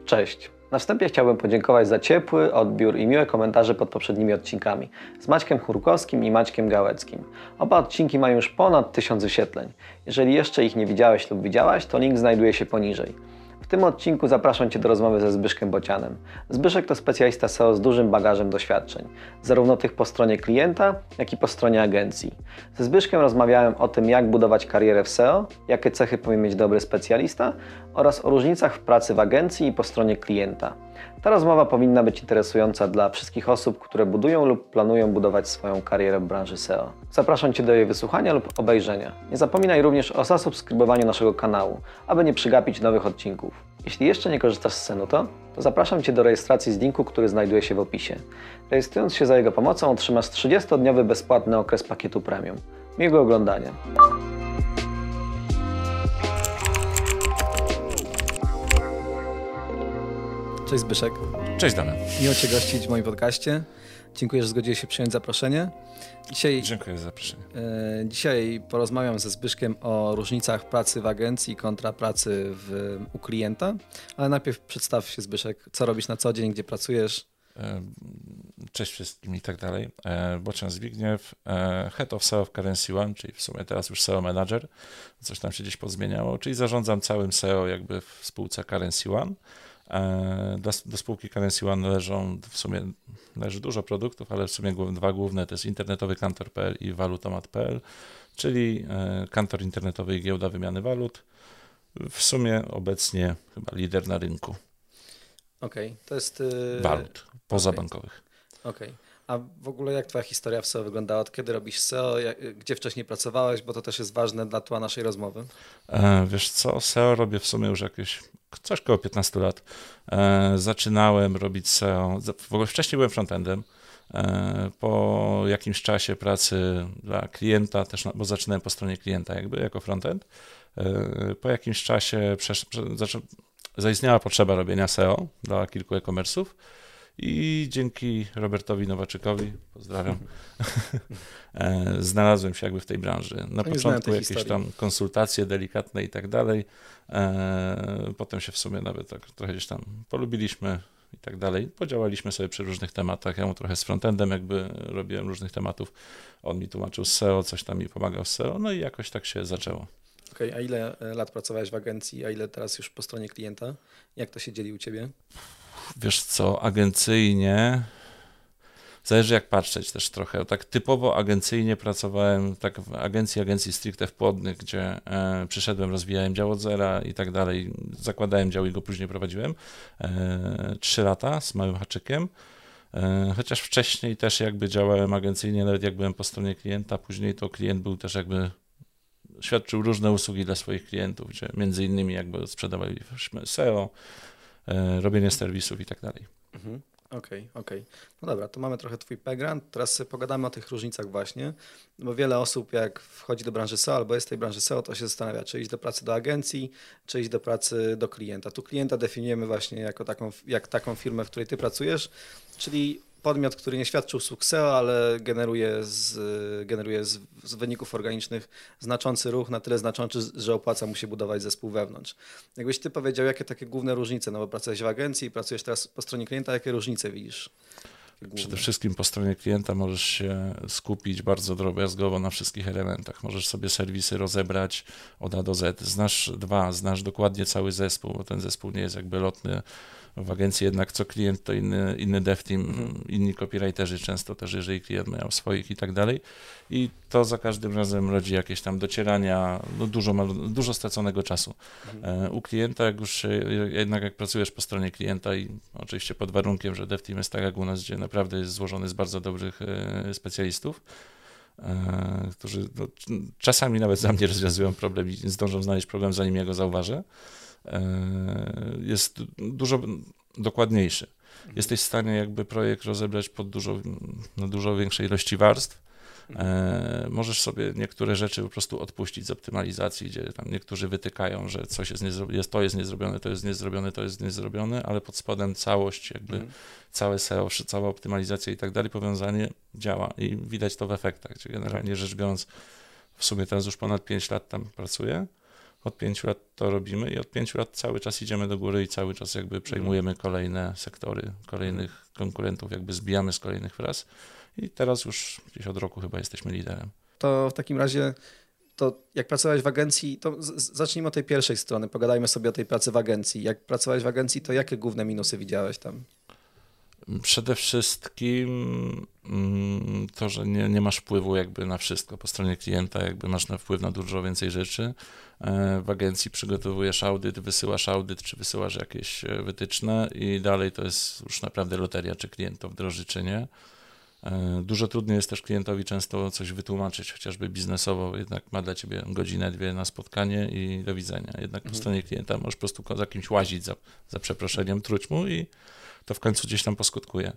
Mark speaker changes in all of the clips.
Speaker 1: Cześć. Na wstępie chciałbym podziękować za ciepły odbiór i miłe komentarze pod poprzednimi odcinkami z Maćkiem Chórkowskim i Maćkiem Gałeckim. Oba odcinki mają już ponad 1000 wyświetleń. Jeżeli jeszcze ich nie widziałeś lub widziałaś, to link znajduje się poniżej. W tym odcinku zapraszam Cię do rozmowy ze Zbyszkiem Bocianem. Zbyszek to specjalista SEO z dużym bagażem doświadczeń, zarówno tych po stronie klienta, jak i po stronie agencji. Ze Zbyszkiem rozmawiałem o tym, jak budować karierę w SEO, jakie cechy powinien mieć dobry specjalista oraz o różnicach w pracy w agencji i po stronie klienta. Ta rozmowa powinna być interesująca dla wszystkich osób, które budują lub planują budować swoją karierę w branży SEO. Zapraszam Cię do jej wysłuchania lub obejrzenia. Nie zapominaj również o zasubskrybowaniu naszego kanału, aby nie przegapić nowych odcinków. Jeśli jeszcze nie korzystasz z Senuto, to zapraszam Cię do rejestracji z linku, który znajduje się w opisie. Rejestrując się za jego pomocą otrzymasz 30-dniowy bezpłatny okres pakietu premium. Miłego oglądania. Cześć Zbyszek.
Speaker 2: Cześć Damian.
Speaker 1: Miło Cię gościć w moim podcaście. Dziękuję, że zgodziłeś się przyjąć zaproszenie.
Speaker 2: Dziękuję za zaproszenie.
Speaker 1: Dzisiaj porozmawiam ze Zbyszkiem o różnicach pracy w agencji kontra pracy u klienta, ale najpierw przedstaw się Zbyszek, co robisz na co dzień, gdzie pracujesz.
Speaker 2: Cześć wszystkim i tak dalej. Bocian Zbigniew, Head of SEO w Currency One, czyli w sumie teraz już SEO Manager, coś tam się gdzieś pozmieniało, czyli zarządzam całym SEO jakby w spółce Currency One. Do spółki Currency One leży dużo produktów, ale w sumie dwa główne to jest internetowy kantor.pl i walutomat.pl, czyli kantor internetowy i giełda wymiany walut. W sumie obecnie chyba lider na rynku.
Speaker 1: Okej, to jest...
Speaker 2: walut pozabankowych.
Speaker 1: Okej. A w ogóle jak Twoja historia w SEO wyglądała? Od kiedy robisz SEO? Gdzie wcześniej pracowałeś? Bo to też jest ważne dla tła naszej rozmowy.
Speaker 2: Wiesz co, SEO robię w sumie już jakieś coś koło 15 lat. Zaczynałem robić SEO, w ogóle wcześniej byłem frontendem. Po jakimś czasie pracy dla klienta, też, bo zaczynałem po stronie klienta jakby jako frontend. Po jakimś czasie zaistniała potrzeba robienia SEO dla kilku e-commerce'ów. I dzięki Robertowi Nowaczykowi, pozdrawiam, znalazłem się jakby w tej branży. Na początku jakieś tam konsultacje delikatne i tak dalej, potem się w sumie nawet tak trochę gdzieś tam polubiliśmy i tak dalej. Podziałaliśmy sobie przy różnych tematach, ja mu trochę z frontendem jakby robiłem różnych tematów, on mi tłumaczył z SEO, coś tam mi pomagał z SEO, no i jakoś tak się zaczęło.
Speaker 1: Okej, a ile lat pracowałeś w agencji, a ile teraz już po stronie klienta? Jak to się dzieli u Ciebie?
Speaker 2: Wiesz co, agencyjnie, zależy jak patrzeć też trochę, tak typowo agencyjnie pracowałem tak w agencji stricte w Płodnych, gdzie przyszedłem, rozwijałem dział od zera i tak dalej, zakładałem dział i go później prowadziłem, 3 lata z małym haczykiem, chociaż wcześniej też jakby działałem agencyjnie, nawet jak byłem po stronie klienta, później to klient był też jakby, świadczył różne usługi dla swoich klientów, gdzie między innymi jakby sprzedawaliśmy SEO, robienie serwisów i tak dalej.
Speaker 1: Okej. No dobra, to mamy trochę Twój background. Teraz sobie pogadamy o tych różnicach właśnie, bo wiele osób jak wchodzi do branży SEO albo jest w tej branży SEO, to się zastanawia, czy iść do pracy do agencji, czy iść do pracy do klienta. Tu klienta definiujemy właśnie jako taką firmę, w której Ty pracujesz, czyli podmiot, który nie świadczy usług SEO, ale generuje z wyników organicznych znaczący ruch, na tyle znaczący, że opłaca mu się budować zespół wewnątrz. Jakbyś Ty powiedział, jakie takie główne różnice, no bo pracujesz w agencji i pracujesz teraz po stronie klienta, jakie różnice widzisz?
Speaker 2: Przede wszystkim po stronie klienta możesz się skupić bardzo drobiazgowo na wszystkich elementach. Możesz sobie serwisy rozebrać od A do Z. Znasz dokładnie cały zespół, bo ten zespół nie jest jakby lotny. W agencji jednak co klient to inny dev team, inni copywriterzy często też, jeżeli klient miał swoich i tak dalej. I to za każdym razem rodzi jakieś tam docierania, no dużo straconego czasu. U klienta, jak pracujesz po stronie klienta i oczywiście pod warunkiem, że dev team jest tak jak u nas, gdzie naprawdę jest złożony z bardzo dobrych specjalistów, którzy czasami nawet za mnie rozwiązują problem i zdążą znaleźć problem, zanim ja go zauważę, jest dużo dokładniejszy. Jesteś w stanie jakby projekt rozebrać pod dużo większej ilości warstw. Możesz sobie niektóre rzeczy po prostu odpuścić z optymalizacji, gdzie tam niektórzy wytykają, że coś to jest niezrobione, ale pod spodem całość jakby całe SEO, cała optymalizacja i tak dalej, powiązanie działa i widać to w efektach, gdzie generalnie rzecz biorąc w sumie teraz już ponad 5 lat tam pracuję. Od 5 lat to robimy i od 5 lat cały czas idziemy do góry i cały czas jakby przejmujemy kolejne sektory, kolejnych konkurentów, jakby zbijamy z kolejnych fraz i teraz już gdzieś od roku chyba jesteśmy liderem.
Speaker 3: To w takim razie, to jak pracowałeś w agencji, to zacznijmy od tej pierwszej strony, pogadajmy sobie o tej pracy w agencji. Jak pracowałeś w agencji, to jakie główne minusy widziałeś tam?
Speaker 2: Przede wszystkim to, że nie masz wpływu jakby na wszystko po stronie klienta, jakby masz wpływ na dużo więcej rzeczy. W agencji przygotowujesz audyt, wysyłasz audyt, czy wysyłasz jakieś wytyczne i dalej to jest już naprawdę loteria, czy klient to wdroży, czy nie. Dużo trudniej jest też klientowi często coś wytłumaczyć, chociażby biznesowo, jednak ma dla ciebie godzinę, 2 na spotkanie i do widzenia. Jednak po stronie klienta możesz po prostu za kimś łazić, za przeproszeniem, truć mu i to w końcu gdzieś tam poskutkuje.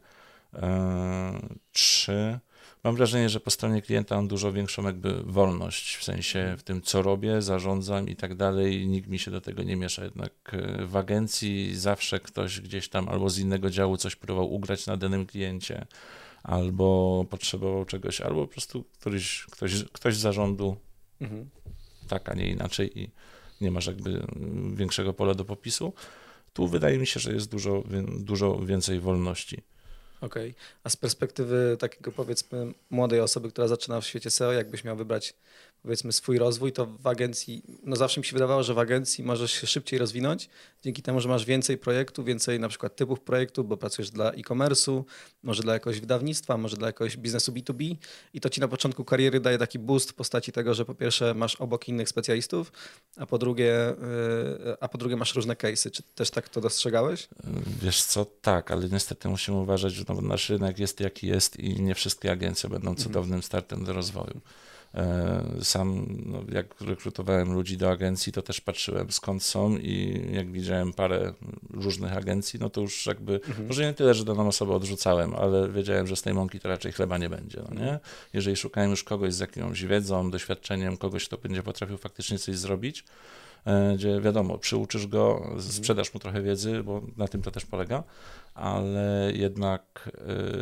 Speaker 2: 3. Mam wrażenie, że po stronie klienta mam dużo większą jakby wolność, w sensie w tym, co robię, zarządzam i tak dalej. Nikt mi się do tego nie miesza. Jednak w agencji zawsze ktoś gdzieś tam albo z innego działu coś próbował ugrać na danym kliencie, albo potrzebował czegoś, albo po prostu ktoś z zarządu tak, a nie inaczej i nie masz jakby większego pola do popisu. Tu wydaje mi się, że jest dużo więcej wolności.
Speaker 3: Okej. A z perspektywy takiego, powiedzmy, młodej osoby, która zaczyna w świecie SEO, jakbyś miał wybrać, powiedzmy, swój rozwój, to w agencji, no zawsze mi się wydawało, że w agencji możesz się szybciej rozwinąć, dzięki temu, że masz więcej projektów, więcej na przykład typów projektów, bo pracujesz dla e-commerce'u, może dla jakiegoś wydawnictwa, może dla jakiegoś biznesu B2B i to ci na początku kariery daje taki boost w postaci tego, że po pierwsze masz obok innych specjalistów, a po drugie masz różne case'y. Czy też tak to dostrzegałeś?
Speaker 2: Wiesz co, tak, ale niestety musimy uważać, że nasz rynek jest jaki jest i nie wszystkie agencje będą cudownym startem do rozwoju. Sam, jak rekrutowałem ludzi do agencji, to też patrzyłem skąd są i jak widziałem parę różnych agencji, no to już jakby, może nie tyle, że daną osobę odrzucałem, ale wiedziałem, że z tej mąki to raczej chleba nie będzie, no nie? Jeżeli szukałem już kogoś z jakąś wiedzą, doświadczeniem, kogoś, kto będzie potrafił faktycznie coś zrobić, gdzie wiadomo, przyuczysz go, sprzedasz mu trochę wiedzy, bo na tym to też polega, ale jednak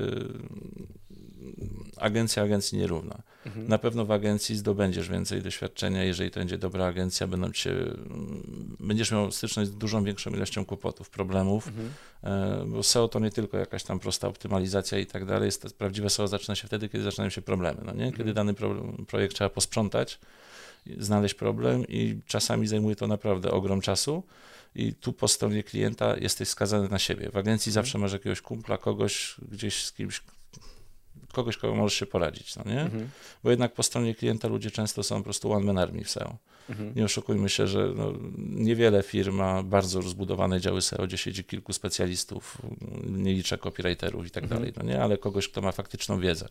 Speaker 2: agencja agencji nierówna. Na pewno w agencji zdobędziesz więcej doświadczenia, jeżeli to będzie dobra agencja, będziesz miał styczność z dużą większą ilością kłopotów, problemów, bo SEO to nie tylko jakaś tam prosta optymalizacja i tak dalej, prawdziwe SEO zaczyna się wtedy, kiedy zaczynają się problemy, no nie? Kiedy dany projekt trzeba posprzątać, znaleźć problem i czasami zajmuje to naprawdę ogrom czasu i tu po stronie klienta jesteś skazany na siebie. W agencji zawsze masz jakiegoś kumpla, kogoś gdzieś z kimś, kogoś, kogo możesz się poradzić, no nie? Bo jednak po stronie klienta ludzie często są po prostu one-man army w SEO. Nie oszukujmy się, że niewiele firm ma bardzo rozbudowane działy SEO, gdzie siedzi kilku specjalistów, nie liczę copywriterów i tak dalej, no nie? Ale kogoś, kto ma faktyczną wiedzę.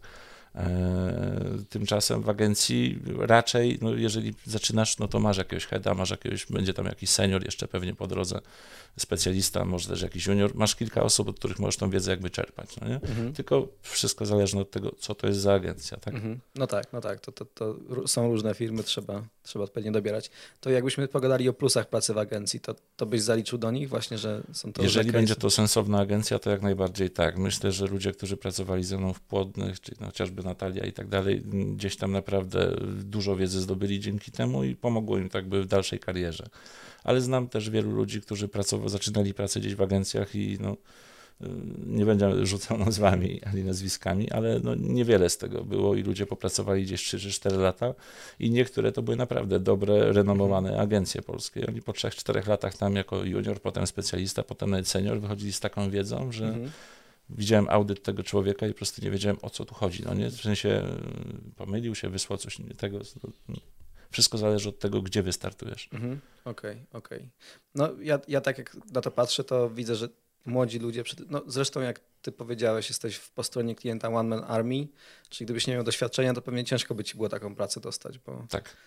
Speaker 2: Tymczasem w agencji raczej, no jeżeli zaczynasz, no to masz jakiegoś heada, będzie tam jakiś senior jeszcze pewnie po drodze, specjalista, może też jakiś junior, masz kilka osób, od których możesz tą wiedzę jakby czerpać, no nie? Tylko wszystko zależne od tego, co to jest za agencja, tak?
Speaker 3: No tak, to są różne firmy, trzeba odpowiednio dobierać. To jakbyśmy pogadali o plusach pracy w agencji, to byś zaliczył do nich właśnie, że są to
Speaker 2: Jeżeli
Speaker 3: różne
Speaker 2: będzie
Speaker 3: case'y?
Speaker 2: to sensowna agencja, to jak najbardziej tak. Myślę, że ludzie, którzy pracowali ze mną w Płodnych, czyli chociażby Natalia i tak dalej, gdzieś tam naprawdę dużo wiedzy zdobyli dzięki temu i pomogło im tak by w dalszej karierze. Ale znam też wielu ludzi, którzy zaczynali pracę gdzieś w agencjach i nie będę rzucał nazwami ani nazwiskami, ale niewiele z tego było i ludzie popracowali gdzieś 3 czy 4 lata i niektóre to były naprawdę dobre, renomowane agencje polskie. Oni po 3-4 latach tam jako junior, potem specjalista, potem nawet senior wychodzili z taką wiedzą, że widziałem audyt tego człowieka i po prostu nie wiedziałem, o co tu chodzi. No nie? W sensie pomylił się, wysłał coś nie tego. Wszystko zależy od tego, gdzie wystartujesz.
Speaker 3: Okej. No ja tak jak na to patrzę, to widzę, że młodzi ludzie, zresztą jak ty powiedziałeś, jesteś po stronie klienta One Man Army, czyli gdybyś nie miał doświadczenia, to pewnie ciężko by ci było taką pracę dostać,
Speaker 2: Tak.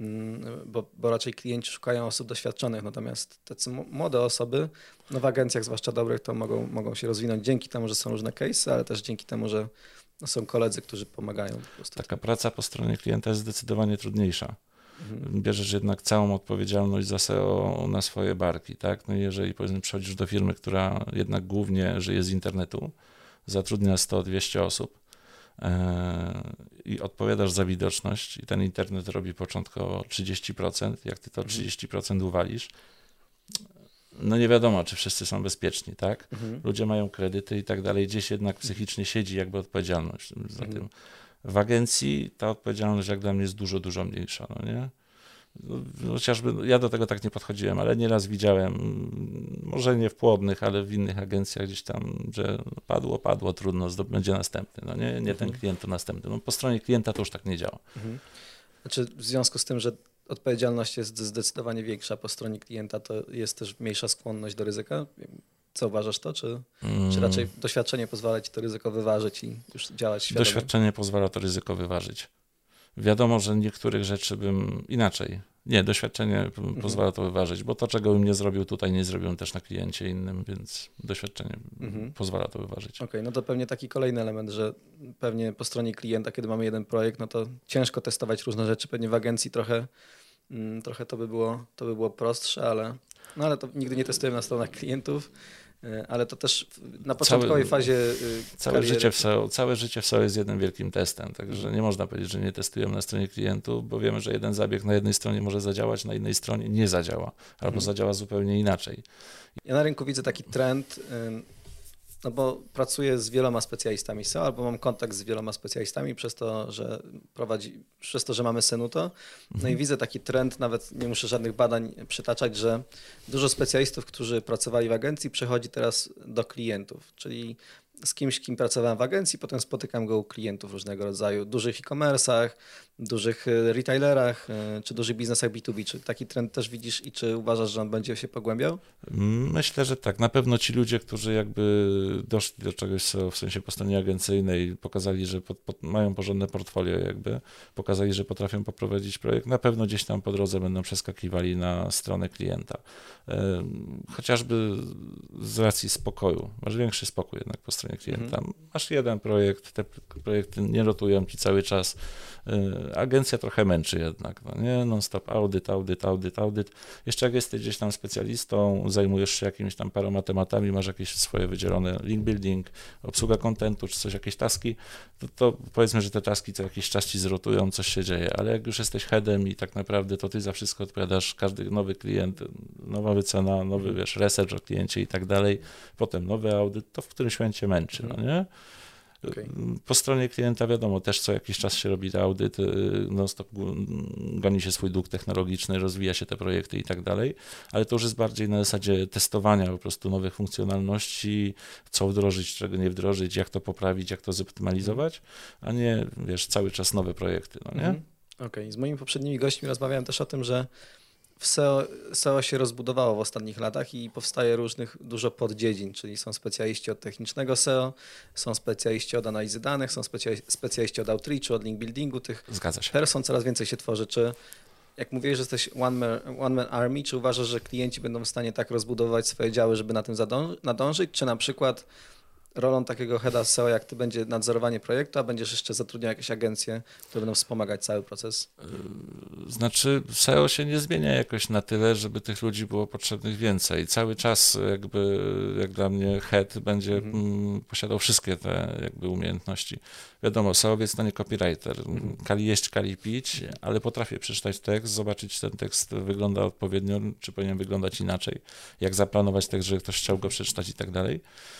Speaker 3: bo raczej klienci szukają osób doświadczonych, natomiast tacy młode osoby, w agencjach zwłaszcza dobrych, to mogą się rozwinąć dzięki temu, że są różne case'y, ale też dzięki temu, że są koledzy, którzy pomagają po prostu.
Speaker 2: Taka praca po stronie klienta jest zdecydowanie trudniejsza. Bierzesz jednak całą odpowiedzialność za SEO na swoje barki, tak? No i jeżeli powiedzmy przychodzisz do firmy, która jednak głównie żyje z internetu, zatrudnia 100-200 osób, i odpowiadasz za widoczność i ten internet robi początkowo 30%, jak ty to 30% uwalisz, no nie wiadomo, czy wszyscy są bezpieczni, tak? Ludzie mają kredyty i tak dalej, gdzieś jednak psychicznie siedzi jakby odpowiedzialność za tym. W agencji ta odpowiedzialność jak dla mnie jest dużo, dużo mniejsza, no nie? No, chociażby ja do tego tak nie podchodziłem, ale nieraz widziałem, może nie w Płodnych, ale w innych agencjach gdzieś tam, że padło, trudno, będzie następny, no nie ten klient to następny. No, po stronie klienta to już tak nie działa.
Speaker 3: Znaczy w związku z tym, że odpowiedzialność jest zdecydowanie większa po stronie klienta, to jest też mniejsza skłonność do ryzyka? Co uważasz to? Czy raczej doświadczenie pozwala ci to ryzyko wyważyć i już działać świadomie?
Speaker 2: Doświadczenie pozwala to ryzyko wyważyć. Wiadomo, że niektórych rzeczy bym inaczej. Nie, doświadczenie pozwala to wyważyć, bo to, czego bym nie zrobił tutaj, nie zrobiłem też na kliencie innym, więc doświadczenie pozwala to wyważyć.
Speaker 3: Okej, no to pewnie taki kolejny element, że pewnie po stronie klienta, kiedy mamy jeden projekt, no to ciężko testować różne rzeczy. Pewnie w agencji trochę to by było prostsze, ale to nigdy nie testujemy na stronach klientów. Ale to też na początkowej fazie
Speaker 2: Całe życie w SEO jest jednym wielkim testem, także nie można powiedzieć, że nie testujemy na stronie klientów, bo wiemy, że jeden zabieg na jednej stronie może zadziałać, na innej stronie nie zadziała, albo zadziała zupełnie inaczej.
Speaker 3: Ja na rynku widzę taki trend, no bo pracuję z wieloma specjalistami SEO, albo mam kontakt z wieloma specjalistami przez to, że mamy Senuto. No i widzę taki trend, nawet nie muszę żadnych badań przytaczać, że dużo specjalistów, którzy pracowali w agencji, przechodzi teraz do klientów, czyli z kimś, kim pracowałem w agencji, potem spotykam go u klientów różnego rodzaju, dużych e-commerce'ach, dużych retailerach, czy dużych biznesach B2B. Czy taki trend też widzisz i czy uważasz, że on będzie się pogłębiał?
Speaker 2: Myślę, że tak. Na pewno ci ludzie, którzy jakby doszli do czegoś w sensie po stronie agencyjnej, pokazali, że mają porządne portfolio jakby, pokazali, że potrafią poprowadzić projekt, na pewno gdzieś tam po drodze będą przeskakiwali na stronę klienta. Chociażby z racji spokoju. Masz większy spokój jednak po stronie klienta. Masz jeden projekt, te projekty nie rotują ci cały czas. Agencja trochę męczy jednak, no nie? Non-stop audyt. Jeszcze jak jesteś gdzieś tam specjalistą, zajmujesz się jakimiś tam paroma tematami, masz jakieś swoje wydzielone link building, obsługa kontentu, czy coś, jakieś taski, to powiedzmy, że te taski co jakiś czas ci zrotują, coś się dzieje, ale jak już jesteś headem i tak naprawdę to ty za wszystko odpowiadasz, każdy nowy klient, nowa wycena, nowy research o kliencie i tak dalej, potem nowy audyt, to w którymś momencie męczy, no nie? Okay. Po stronie klienta wiadomo, też co jakiś czas się robi audyt, non-stop goni się swój dług technologiczny, rozwija się te projekty i tak dalej, ale to już jest bardziej na zasadzie testowania po prostu nowych funkcjonalności, co wdrożyć, czego nie wdrożyć, jak to poprawić, jak to zoptymalizować, a nie, wiesz, cały czas nowe projekty, no nie?
Speaker 3: Okej. Z moimi poprzednimi gośćmi rozmawiałem też o tym, że w SEO się rozbudowało w ostatnich latach i powstaje dużo poddziedzin, czyli są specjaliści od technicznego SEO, są specjaliści od analizy danych, są specjaliści od outreachu, od link buildingu. Tych person coraz więcej się tworzy. Czy jak mówiłeś, że jesteś one man army, czy uważasz, że klienci będą w stanie tak rozbudowywać swoje działy, żeby na tym nadążyć, czy na przykład rolą takiego heada SEO, jak ty, będzie nadzorowanie projektu, a będziesz jeszcze zatrudniał jakieś agencje, które będą wspomagać cały proces?
Speaker 2: Znaczy SEO się nie zmienia jakoś na tyle, żeby tych ludzi było potrzebnych więcej. Cały czas jakby, jak dla mnie, head będzie posiadał wszystkie te jakby umiejętności. Wiadomo, SEOwiec to nie copywriter. Kali jeść, kali pić, ale potrafię przeczytać tekst, zobaczyć, czy ten tekst wygląda odpowiednio, czy powinien wyglądać inaczej, jak zaplanować tekst, żeby ktoś chciał go przeczytać i tak dalej.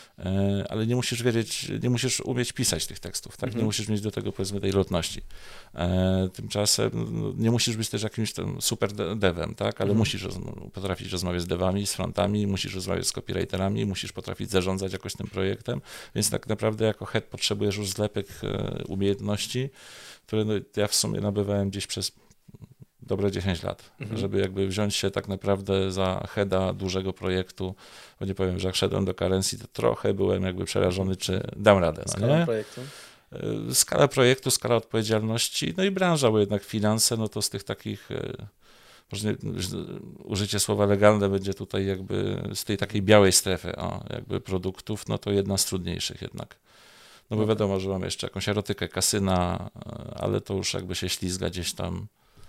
Speaker 2: Ale nie musisz wiedzieć, nie musisz umieć pisać tych tekstów, tak? Nie musisz mieć do tego, powiedzmy, tej lotności. Tymczasem nie musisz być też jakimś tam super devem, tak? Ale musisz potrafić rozmawiać z devami, z frontami, musisz rozmawiać z copywriterami, musisz potrafić zarządzać jakoś tym projektem, więc tak naprawdę jako head potrzebujesz już zlepek umiejętności, które ja w sumie nabywałem gdzieś przez dobre 10 lat, żeby jakby wziąć się tak naprawdę za heada dużego projektu, bo nie powiem, że jak szedłem do Currency, to trochę byłem jakby przerażony, czy dam radę.
Speaker 3: Skala projektu?
Speaker 2: Skala projektu, skala odpowiedzialności, no i branża, bo jednak finanse, no to z tych takich, może użycie słowa legalne będzie tutaj jakby z tej takiej białej strefy, jakby produktów, no to jedna z trudniejszych jednak. No bo wiadomo, że mam jeszcze jakąś erotykę, kasyna, ale to już jakby się ślizga gdzieś tam.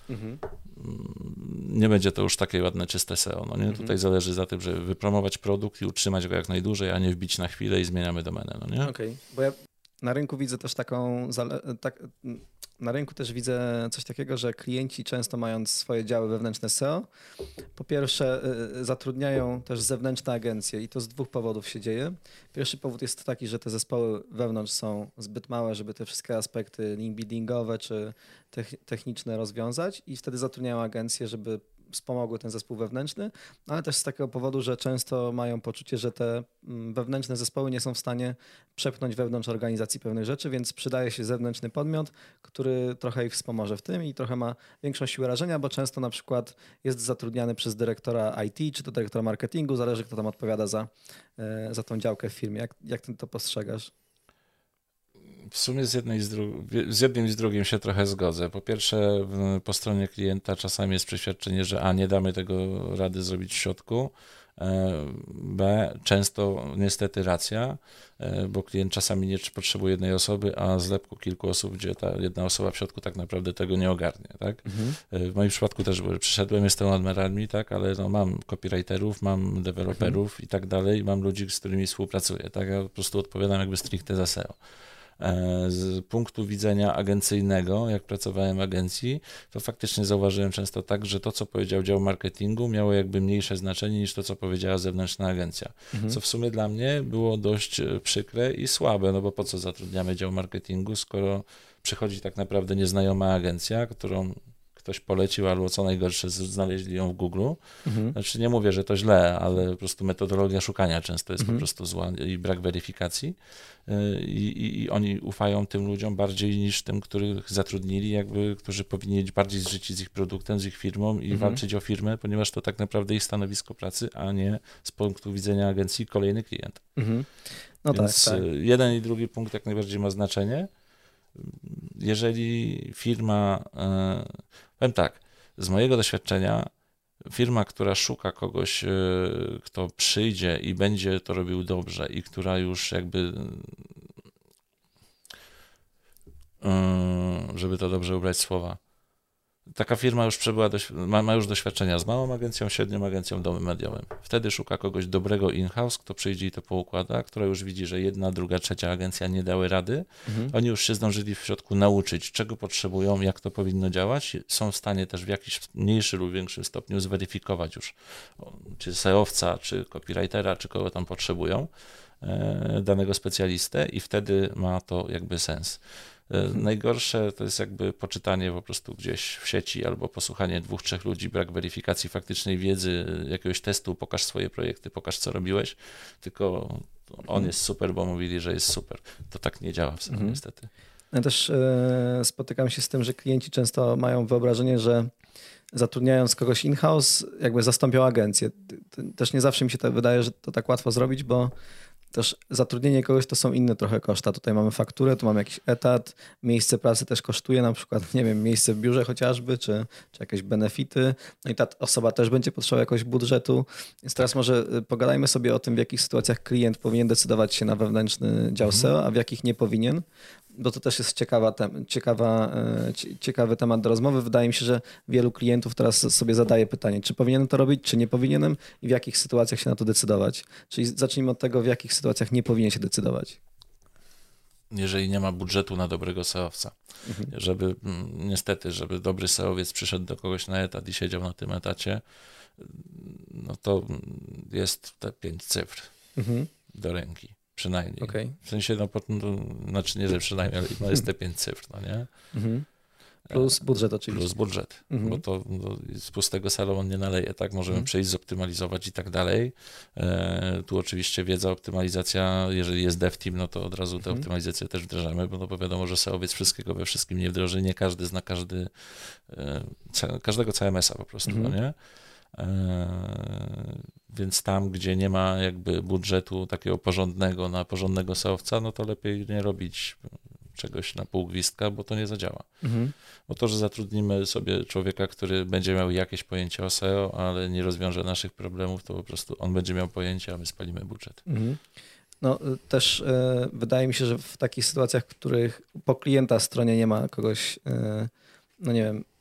Speaker 2: Nie będzie to już takie ładne, czyste SEO. No nie? Tutaj zależy za tym, żeby wypromować produkt i utrzymać go jak najdłużej, a nie wbić na chwilę i zmieniamy domenę. No nie?
Speaker 3: Okej, bo ja Na rynku widzę też na rynku też widzę coś takiego, że klienci często mając swoje działy wewnętrzne SEO, po pierwsze zatrudniają też zewnętrzne agencje i to z dwóch powodów się dzieje. Pierwszy powód jest taki, że te zespoły wewnątrz są zbyt małe, żeby te wszystkie aspekty link buildingowe czy techniczne rozwiązać i wtedy zatrudniają agencje, żeby wspomogły ten zespół wewnętrzny, ale też z takiego powodu, że często mają poczucie, że te wewnętrzne zespoły nie są w stanie przepchnąć wewnątrz organizacji pewnych rzeczy, więc przydaje się zewnętrzny podmiot, który trochę ich wspomoże w tym i trochę ma większą siłę rażenia, bo często na przykład jest zatrudniany przez dyrektora IT czy to dyrektora marketingu, zależy kto tam odpowiada za tą działkę w firmie. Jak ty to postrzegasz?
Speaker 2: W sumie z jednym i z drugim się trochę zgodzę. Po pierwsze, po stronie klienta czasami jest przeświadczenie, że nie damy tego rady zrobić w środku. B, często niestety racja, bo klient czasami nie potrzebuje jednej osoby, a zlepku kilku osób, gdzie ta jedna osoba w środku tak naprawdę tego nie ogarnie. Tak? W moim przypadku też przyszedłem, jestem admiralmi, tak, ale no, mam copywriterów, mam deweloperów i tak dalej, mam ludzi, z którymi współpracuję. Tak? Ja po prostu odpowiadam jakby stricte za SEO. Z punktu widzenia agencyjnego, jak pracowałem w agencji, to faktycznie zauważyłem często tak, że to, co powiedział dział marketingu, miało jakby mniejsze znaczenie niż to, co powiedziała zewnętrzna agencja. Co w sumie dla mnie było dość przykre i słabe, no bo po co zatrudniamy dział marketingu, skoro przychodzi tak naprawdę nieznajoma agencja, którą ktoś polecił, albo co najgorsze, znaleźli ją w Google. Znaczy nie mówię, że to źle, ale po prostu metodologia szukania często jest po prostu zła i brak weryfikacji. I oni ufają tym ludziom bardziej niż tym, których zatrudnili, jakby, którzy powinni być bardziej zżyci z ich produktem, z ich firmą i walczyć o firmę, ponieważ to tak naprawdę ich stanowisko pracy, a nie z punktu widzenia agencji kolejny klient.
Speaker 3: No
Speaker 2: Więc
Speaker 3: tak.
Speaker 2: jeden i drugi punkt jak najbardziej ma znaczenie. Jeżeli firma, powiem tak, z mojego doświadczenia, firma, która szuka kogoś, kto przyjdzie i będzie to robił dobrze i która już jakby, żeby to dobrze ubrać słowa, taka firma już ma już doświadczenia z małą agencją, średnią agencją, domem mediowym. Wtedy szuka kogoś dobrego in-house, kto przyjdzie i to poukłada, która już widzi, że jedna, druga, trzecia agencja nie dały rady. Oni już się zdążyli w środku nauczyć, czego potrzebują, jak to powinno działać. Są w stanie też w jakiś mniejszy lub większym stopniu zweryfikować już, czy SEO-wca, czy copywritera, czy kogo tam potrzebują, danego specjalistę i wtedy ma to jakby sens. Najgorsze to jest jakby poczytanie po prostu gdzieś w sieci albo posłuchanie 2-3 ludzi, brak weryfikacji faktycznej wiedzy, jakiegoś testu, pokaż swoje projekty, pokaż co robiłeś, tylko on jest super, bo mówili, że jest super. To tak nie działa w SEO niestety.
Speaker 3: Ja też spotykam się z tym, że klienci często mają wyobrażenie, że zatrudniając kogoś in-house jakby zastąpią agencję. Też nie zawsze mi się to wydaje, że to tak łatwo zrobić, bo też zatrudnienie kogoś to są inne trochę koszta. Tutaj mamy fakturę, tu mamy jakiś etat, miejsce pracy też kosztuje, na przykład, nie wiem, miejsce w biurze chociażby, czy jakieś benefity. No i ta osoba też będzie potrzebować jakiegoś budżetu. Więc teraz może pogadajmy sobie o tym, w jakich sytuacjach klient powinien decydować się na wewnętrzny dział SEO, a w jakich nie powinien. Bo to też jest ciekawy temat do rozmowy. Wydaje mi się, że wielu klientów teraz sobie zadaje pytanie, czy powinienem to robić, czy nie powinienem i w jakich sytuacjach się na to decydować. Czyli zacznijmy od tego, w jakich sytuacjach nie powinien się decydować.
Speaker 2: Jeżeli nie ma budżetu na dobrego SEO-wca. Żeby dobry SEO-wiec przyszedł do kogoś na etat i siedział na tym etacie, no to jest te 5 cyfr do ręki. Przynajmniej.
Speaker 3: Okay.
Speaker 2: W sensie, znaczy nie, że przynajmniej, ale jest te 5 cyfr, no nie?
Speaker 3: Plus budżet oczywiście.
Speaker 2: Plus budżet, bo to z pustego salonu nie naleje, tak? Możemy przejść, zoptymalizować i tak dalej. Tu oczywiście wiedza, optymalizacja, jeżeli jest dev team, no to od razu tę optymalizację też wdrażamy, bo wiadomo, że SEO-wiec wszystkiego we wszystkim nie wdroży, nie każdy zna każdego CMS-a po prostu, no nie? Więc tam, gdzie nie ma jakby budżetu takiego porządnego na porządnego SEO-wca, no to lepiej nie robić czegoś na pół gwizdka, bo to nie zadziała. Bo to, że zatrudnimy sobie człowieka, który będzie miał jakieś pojęcie o SEO, ale nie rozwiąże naszych problemów, to po prostu on będzie miał pojęcie, a my spalimy budżet.
Speaker 3: No też wydaje mi się, że w takich sytuacjach, w których po klienta stronie nie ma kogoś, no nie wiem,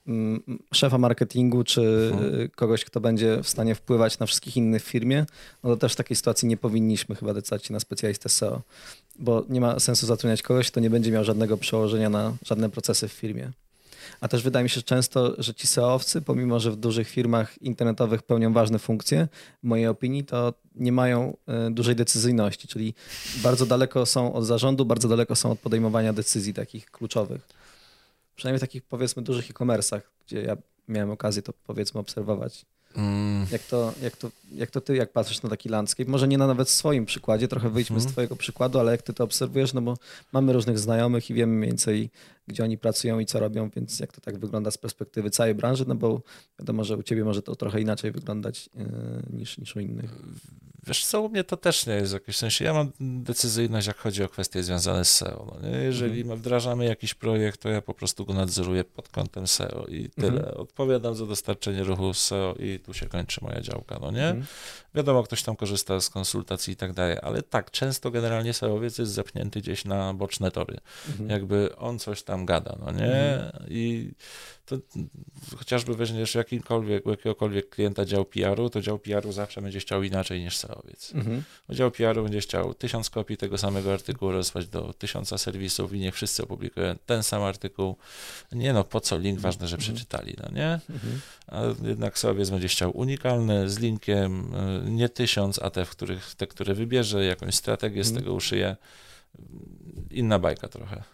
Speaker 3: szefa marketingu, czy kogoś, kto będzie w stanie wpływać na wszystkich innych w firmie, no to też w takiej sytuacji nie powinniśmy chyba decydować się na specjalistę SEO, bo nie ma sensu zatrudniać kogoś, kto nie będzie miał żadnego przełożenia na żadne procesy w firmie. A też wydaje mi się często, że ci SEO-owcy, pomimo że w dużych firmach internetowych pełnią ważne funkcje, w mojej opinii, to nie mają dużej decyzyjności, czyli bardzo daleko są od zarządu, bardzo daleko są od podejmowania decyzji takich kluczowych. Przynajmniej w takich, powiedzmy, dużych e-commerce'ach, gdzie ja miałem okazję to, powiedzmy, obserwować. Jak to ty, jak patrzysz na taki landscape? Może nie na nawet swoim przykładzie, trochę wyjdźmy z twojego przykładu, ale jak ty to obserwujesz, no bo mamy różnych znajomych i wiemy mniej więcej, gdzie oni pracują i co robią, więc jak to tak wygląda z perspektywy całej branży, no bo wiadomo, że u ciebie może to trochę inaczej wyglądać niż u innych.
Speaker 2: Wiesz co, u mnie to też nie jest w jakimś sensie. Ja mam decyzyjność, jak chodzi o kwestie związane z SEO. No nie? Jeżeli wdrażamy jakiś projekt, to ja po prostu go nadzoruję pod kątem SEO i tyle. Odpowiadam za dostarczenie ruchu z SEO i tu się kończy moja działka, no nie? Wiadomo, ktoś tam korzysta z konsultacji i tak dalej, ale tak, często generalnie SEO-owiec jest zepchnięty gdzieś na boczne tory. Jakby on coś tam gada, no nie? I to chociażby weźmiesz jakiegokolwiek klienta dział PR-u, to dział PR-u zawsze będzie chciał inaczej niż SEO-owiec. Dział PR-u będzie chciał 1000 kopii tego samego artykułu rozesłać do 1000 serwisów i niech wszyscy opublikują ten sam artykuł. Nie no, po co link? Ważne, że przeczytali, no nie? A jednak SEO-owiec będzie chciał unikalny, z linkiem, nie 1000, a te, które wybierze, jakąś strategię z tego uszyje. Inna bajka trochę.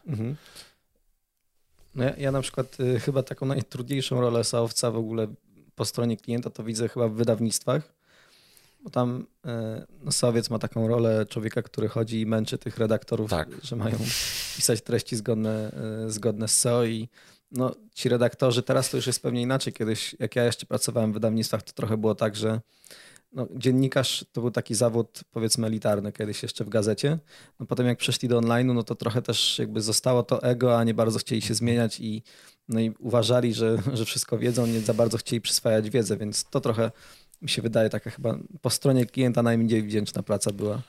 Speaker 3: No ja na przykład chyba taką najtrudniejszą rolę SEO-owca w ogóle po stronie klienta to widzę chyba w wydawnictwach, bo tam no, SEO-owiec ma taką rolę człowieka, który chodzi i męczy tych redaktorów, że mają pisać treści zgodne z SEO i no, ci redaktorzy, teraz to już jest pewnie inaczej. Kiedyś, jak ja jeszcze pracowałem w wydawnictwach, to trochę było tak, że no, dziennikarz to był taki zawód, powiedzmy, elitarny kiedyś jeszcze w gazecie. No, potem jak przeszli do online'u, no to trochę też jakby zostało to ego, a nie bardzo chcieli się zmieniać i uważali, że wszystko wiedzą, nie za bardzo chcieli przyswajać wiedzę, więc to trochę mi się wydaje taka chyba po stronie klienta najmniej wdzięczna praca była.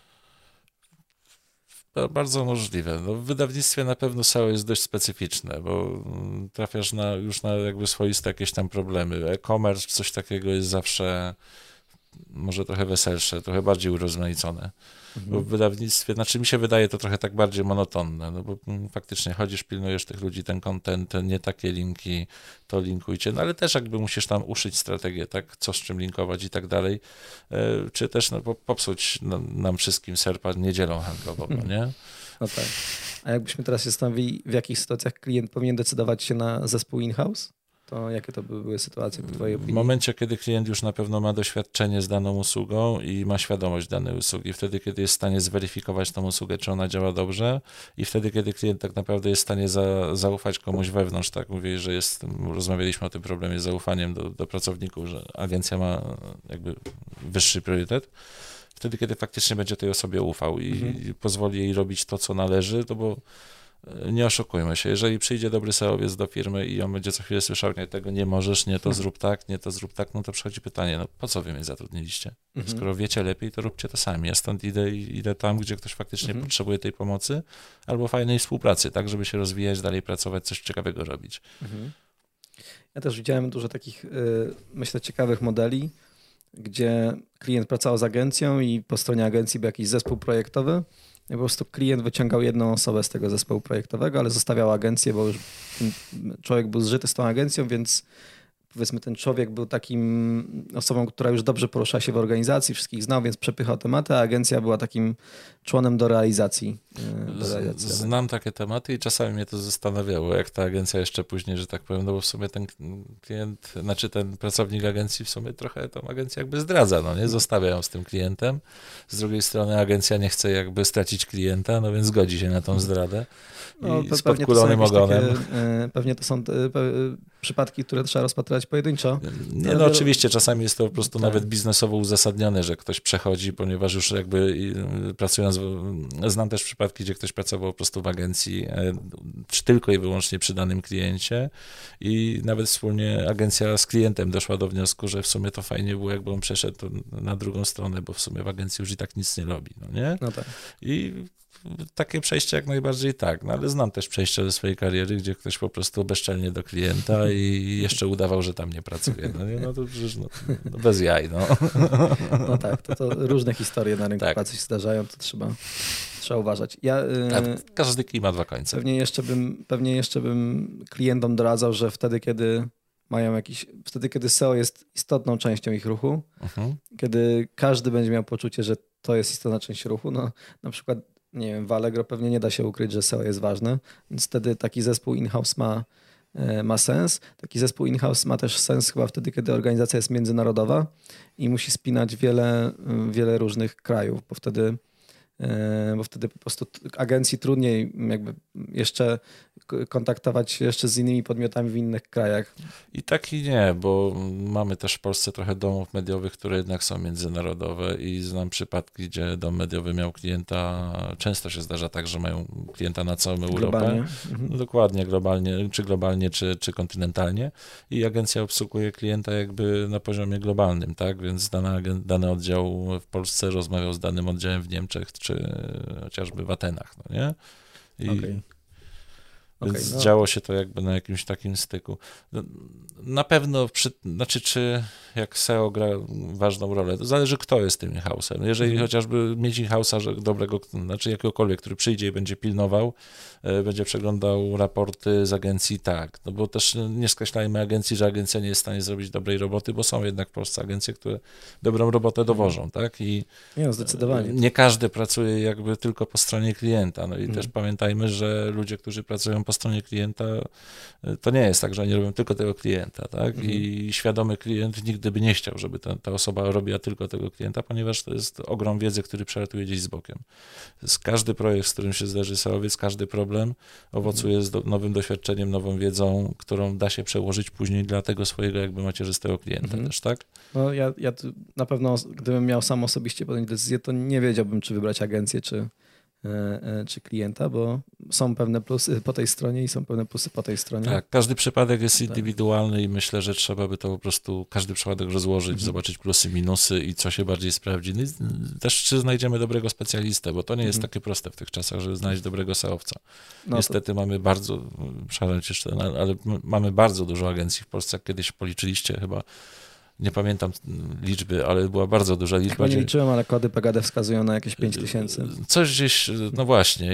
Speaker 2: Bardzo możliwe. No, w wydawnictwie na pewno SEO jest dość specyficzne, bo trafiasz już na jakby swoiste jakieś tam problemy. E-commerce, coś takiego jest zawsze może trochę weselsze, trochę bardziej urozmaicone. Bo w wydawnictwie, znaczy mi się wydaje to trochę tak bardziej monotonne, no bo faktycznie chodzisz, pilnujesz tych ludzi, ten content, nie takie linki, to linkujcie, no ale też jakby musisz tam uszyć strategię, tak, co z czym linkować i tak dalej, czy też no, popsuć nam wszystkim serpa niedzielą handlową, no nie?
Speaker 3: No tak. A jakbyśmy teraz się zastanowili, w jakich sytuacjach klient powinien decydować się na zespół in-house? To jakie to były sytuacje w twojej opinii?
Speaker 2: W momencie, kiedy klient już na pewno ma doświadczenie z daną usługą i ma świadomość danej usługi, wtedy, kiedy jest w stanie zweryfikować tą usługę, czy ona działa dobrze i wtedy, kiedy klient tak naprawdę jest w stanie zaufać komuś wewnątrz, tak mówię, że rozmawialiśmy o tym problemie z zaufaniem do pracowników, że agencja ma jakby wyższy priorytet, wtedy, kiedy faktycznie będzie tej osobie ufał i pozwoli jej robić to, co należy, to bo nie oszukujmy się, jeżeli przyjdzie dobry SEO-owiec do firmy i on będzie co chwilę słyszał, nie, tego nie możesz, nie to zrób tak, nie to zrób tak, no to przychodzi pytanie, no po co wy mnie zatrudniliście? Skoro wiecie lepiej, to róbcie to sami. Ja stąd idę tam, gdzie ktoś faktycznie potrzebuje tej pomocy albo fajnej współpracy, tak, żeby się rozwijać, dalej pracować, coś ciekawego robić.
Speaker 3: Ja też widziałem dużo takich, myślę, ciekawych modeli, gdzie klient pracował z agencją i po stronie agencji był jakiś zespół projektowy. I po prostu klient wyciągał jedną osobę z tego zespołu projektowego, ale zostawiał agencję, bo już ten człowiek był zżyty z tą agencją, więc powiedzmy ten człowiek był takim osobą, która już dobrze poruszała się w organizacji, wszystkich znał, więc przepychał tematy, a agencja była takim członem do realizacji.
Speaker 2: Znam takie tematy i czasami mnie to zastanawiało, jak ta agencja jeszcze później, że tak powiem, no bo w sumie ten klient, znaczy ten pracownik agencji w sumie trochę tą agencję jakby zdradza, no nie? Zostawia ją z tym klientem. Z drugiej strony agencja nie chce jakby stracić klienta, no więc zgodzi się na tą zdradę.
Speaker 3: No,
Speaker 2: z podkulonym ogonem.
Speaker 3: Pewnie to są przypadki, które trzeba rozpatrywać pojedynczo.
Speaker 2: Nie, no oczywiście czasami jest to po prostu nawet biznesowo uzasadnione, że ktoś przechodzi, ponieważ już jakby pracując, znam też przypadki, gdzie ktoś pracował po prostu w agencji tylko i wyłącznie przy danym kliencie i nawet wspólnie agencja z klientem doszła do wniosku, że w sumie to fajnie było, jakby on przeszedł na drugą stronę, bo w sumie w agencji już i tak nic nie robi, no nie?
Speaker 3: No tak.
Speaker 2: I takie przejście jak najbardziej tak, no ale znam też przejścia ze swojej kariery, gdzie ktoś po prostu bezczelnie do klienta i jeszcze udawał, że tam nie pracuje. No, nie? No to przecież no bez jaj, no.
Speaker 3: No tak, to różne historie na rynku
Speaker 2: Tak.
Speaker 3: pracy się zdarzają, to trzeba uważać. Ja
Speaker 2: Każdy kij ma dwa końce.
Speaker 3: pewnie jeszcze bym klientom doradzał, że wtedy, kiedy SEO jest istotną częścią ich ruchu, kiedy każdy będzie miał poczucie, że to jest istotna część ruchu, no na przykład, nie wiem, w Allegro pewnie nie da się ukryć, że SEO jest ważne, więc wtedy taki zespół in-house ma sens. Taki zespół in-house ma też sens chyba wtedy, kiedy organizacja jest międzynarodowa i musi spinać wiele różnych krajów, bo wtedy po prostu agencji trudniej jakby jeszcze kontaktować się jeszcze z innymi podmiotami w innych krajach.
Speaker 2: I tak i nie, bo mamy też w Polsce trochę domów mediowych, które jednak są międzynarodowe i znam przypadki, gdzie dom mediowy miał klienta, często się zdarza tak, że mają klienta na całą Europę.
Speaker 3: Globalnie.
Speaker 2: No dokładnie, globalnie, czy kontynentalnie i agencja obsługuje klienta jakby na poziomie globalnym, tak? Więc dany oddział w Polsce rozmawiał z danym oddziałem w Niemczech, czy chociażby w Atenach, no nie? Więc działo się to jakby na jakimś takim styku. Na pewno, czy jak SEO gra ważną rolę, to zależy kto jest tym in-house'em. Jeżeli chociażby mieć in-house'a dobrego, jakiegokolwiek, który przyjdzie i będzie pilnował, będzie przeglądał raporty z agencji, tak. No bo też nie skreślajmy agencji, że agencja nie jest w stanie zrobić dobrej roboty, bo są jednak w Polsce agencje, które dobrą robotę dowożą, tak? I
Speaker 3: zdecydowanie.
Speaker 2: nie każdy pracuje jakby tylko po stronie klienta. No i też pamiętajmy, że ludzie, którzy pracują po stronie klienta, to nie jest tak, że oni robią tylko tego klienta, tak? I świadomy klient nigdy by nie chciał, żeby ta osoba robiła tylko tego klienta, ponieważ to jest ogrom wiedzy, który przelatuje gdzieś z bokiem. Każdy projekt, z którym się zderzy SEO-wiec, każdy problem owocuje z nowym doświadczeniem, nową wiedzą, którą da się przełożyć później dla tego swojego jakby macierzystego klienta też, tak?
Speaker 3: No ja na pewno, gdybym miał sam osobiście podjąć decyzję, to nie wiedziałbym, czy wybrać agencję, czy klienta, bo są pewne plusy po tej stronie i są pewne plusy po tej stronie.
Speaker 2: Tak, każdy przypadek jest indywidualny i myślę, że trzeba by to po prostu każdy przypadek rozłożyć, zobaczyć plusy, minusy i co się bardziej sprawdzi. No i też czy znajdziemy dobrego specjalistę, bo to nie jest takie proste w tych czasach, żeby znaleźć dobrego SEO-wca.
Speaker 3: No
Speaker 2: Niestety mamy bardzo, przepraszam jeszcze, ale mamy bardzo dużo agencji w Polsce, jak kiedyś policzyliście chyba. Nie pamiętam liczby, ale była bardzo duża liczba.
Speaker 3: Chyba nie liczyłem, ale kody PGD wskazują na jakieś 5000.
Speaker 2: Coś gdzieś, no właśnie